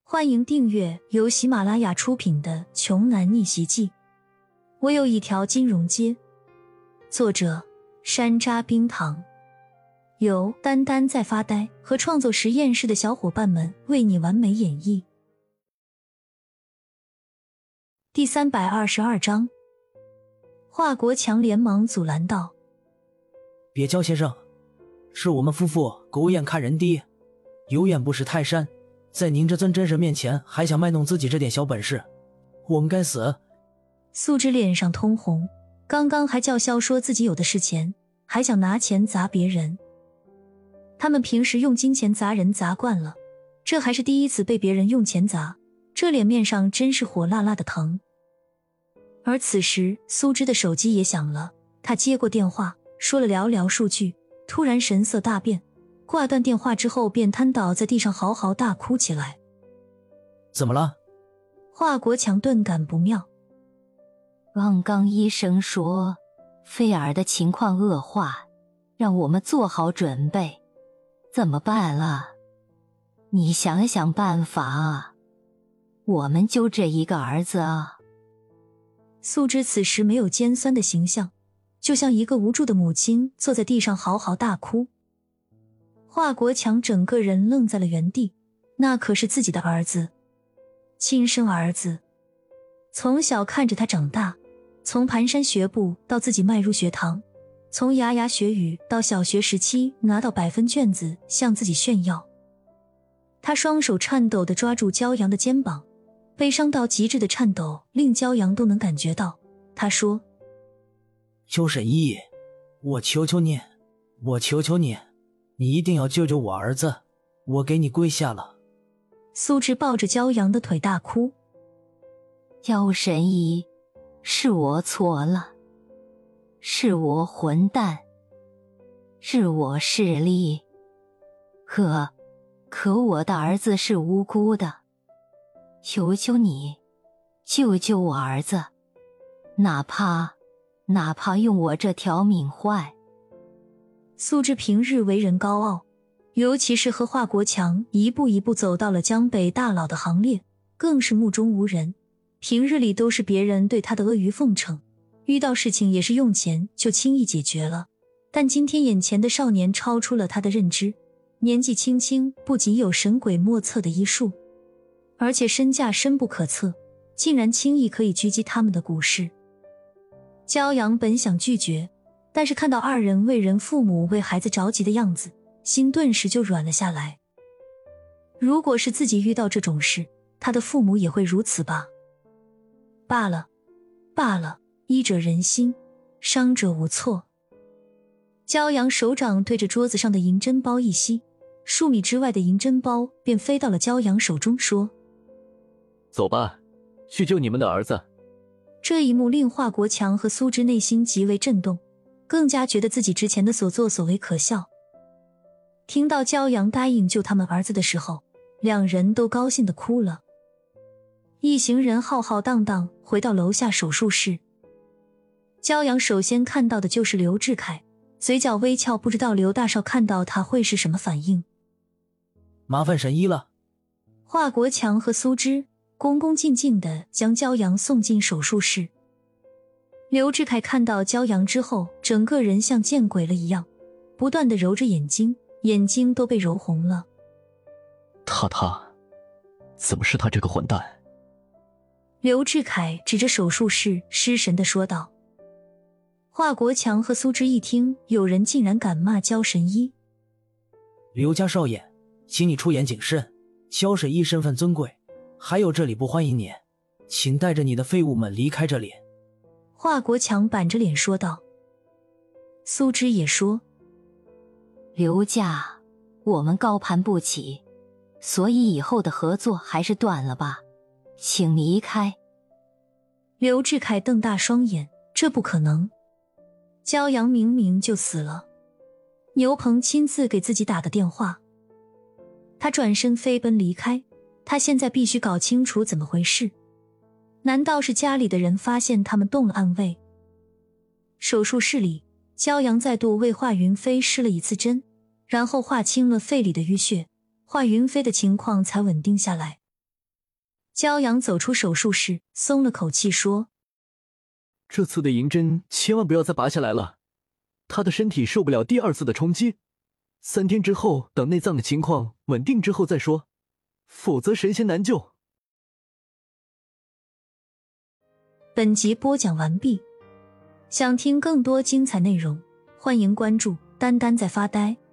欢迎订阅由喜马拉雅出品的《穷男逆袭记》。我有一条金融街。作者山楂冰糖，由丹丹在发呆和创作实验室的小伙伴们为你完美演绎。第322章，华国强连忙阻拦道： 别叫先生，是我们夫妇狗眼看人低，有眼不识泰山，在您这尊真神面前还想卖弄自己这点小本事，我们该死。 素芝脸上通红，刚刚还叫嚣说自己有的是钱，还想拿钱砸别人。他们平时用金钱砸人砸惯了，这还是第一次被别人用钱砸，这脸面上真是火辣辣的疼。而此时苏芝的手机也响了，她接过电话，说了寥寥数句，突然神色大变，挂断电话之后便瘫倒在地上嚎嚎大哭起来。 怎么了？ 华国强顿感不妙。 刚刚医生说菲儿的情况恶化，让我们做好准备，怎么办了？你想想办法啊，我们就这一个儿子啊。 素芝此时没有尖酸的形象，就像一个无助的母亲坐在地上嚎嚎大哭。华国强整个人愣在了原地，那可是自己的儿子，亲生儿子，从小看着他长大，从蹒跚学步到自己迈入学堂，从牙牙学语到小学时期拿到100分卷子向自己炫耀。他双手颤抖地抓住骄阳的肩膀，悲伤到极致的颤抖令骄阳都能感觉到。他说： 邱沈一，我求求你，我求求你，你一定要救救我儿子，我给你跪下了。 苏芝抱着骄阳的腿大哭。 邱神医，是我错了，是我混蛋，是我势利，可我的儿子是无辜的，求求你救救我儿子，哪怕用我这条命换。 苏芝平日为人高傲，尤其是和华国强一步一步走到了江北大佬的行列，更是目中无人。平日里都是别人对他的阿谀奉承，遇到事情也是用钱就轻易解决了。但今天眼前的少年超出了他的认知，年纪轻轻不仅有神鬼莫测的医术，而且身价深不可测，竟然轻易可以狙击他们的股市。骄阳本想拒绝，但是看到二人为人父母为孩子着急的样子，心顿时就软了下来。如果是自己遇到这种事，他的父母也会如此吧。罢了，医者仁心，伤者无错。骄阳手掌对着桌子上的银针包一吸，数米之外的银针包便飞到了骄阳手中，说： 走吧，去救你们的儿子。 这一幕令华国强和苏芝内心极为震动，更加觉得自己之前的所作所为可笑。听到骄阳答应救他们儿子的时候，两人都高兴地哭了。一行人浩浩荡荡回到楼下手术室。骄阳首先看到的就是刘志凯，嘴角微翘，不知道刘大少看到他会是什么反应。 麻烦神医了。 华国强和苏芝恭恭敬敬地将骄阳送进手术室。刘志凯看到骄阳之后，整个人像见鬼了一样，不断地揉着眼睛，眼睛都被揉红了。 他怎么是他这个混蛋？ 刘志凯指着手术室失神地说道。华国强和苏芝一听有人竟然敢骂焦神医， 刘家少爷，请你出言谨慎，焦神医身份尊贵，还有这里不欢迎你，请带着你的废物们离开这里。 华国强板着脸说道。苏芝也说， 刘家我们高攀不起，所以以后的合作还是断了吧，请离开。 刘志凯瞪大双眼，这不可能，骄阳明明就死了，牛鹏亲自给自己打的电话。他转身飞奔离开，他现在必须搞清楚怎么回事。难道是家里的人发现他们动了暗卫？手术室里，骄阳再度为华云飞施了一次针，然后划清了肺里的淤血，华云飞的情况才稳定下来。 骄阳走出手术室，松了口气说： 这次的银针千万不要再拔下来了，他的身体受不了第二次的冲击，3天之后等内脏的情况稳定之后再说，否则神仙难救。 本集播讲完毕，想听更多精彩内容，欢迎关注丹丹在发呆。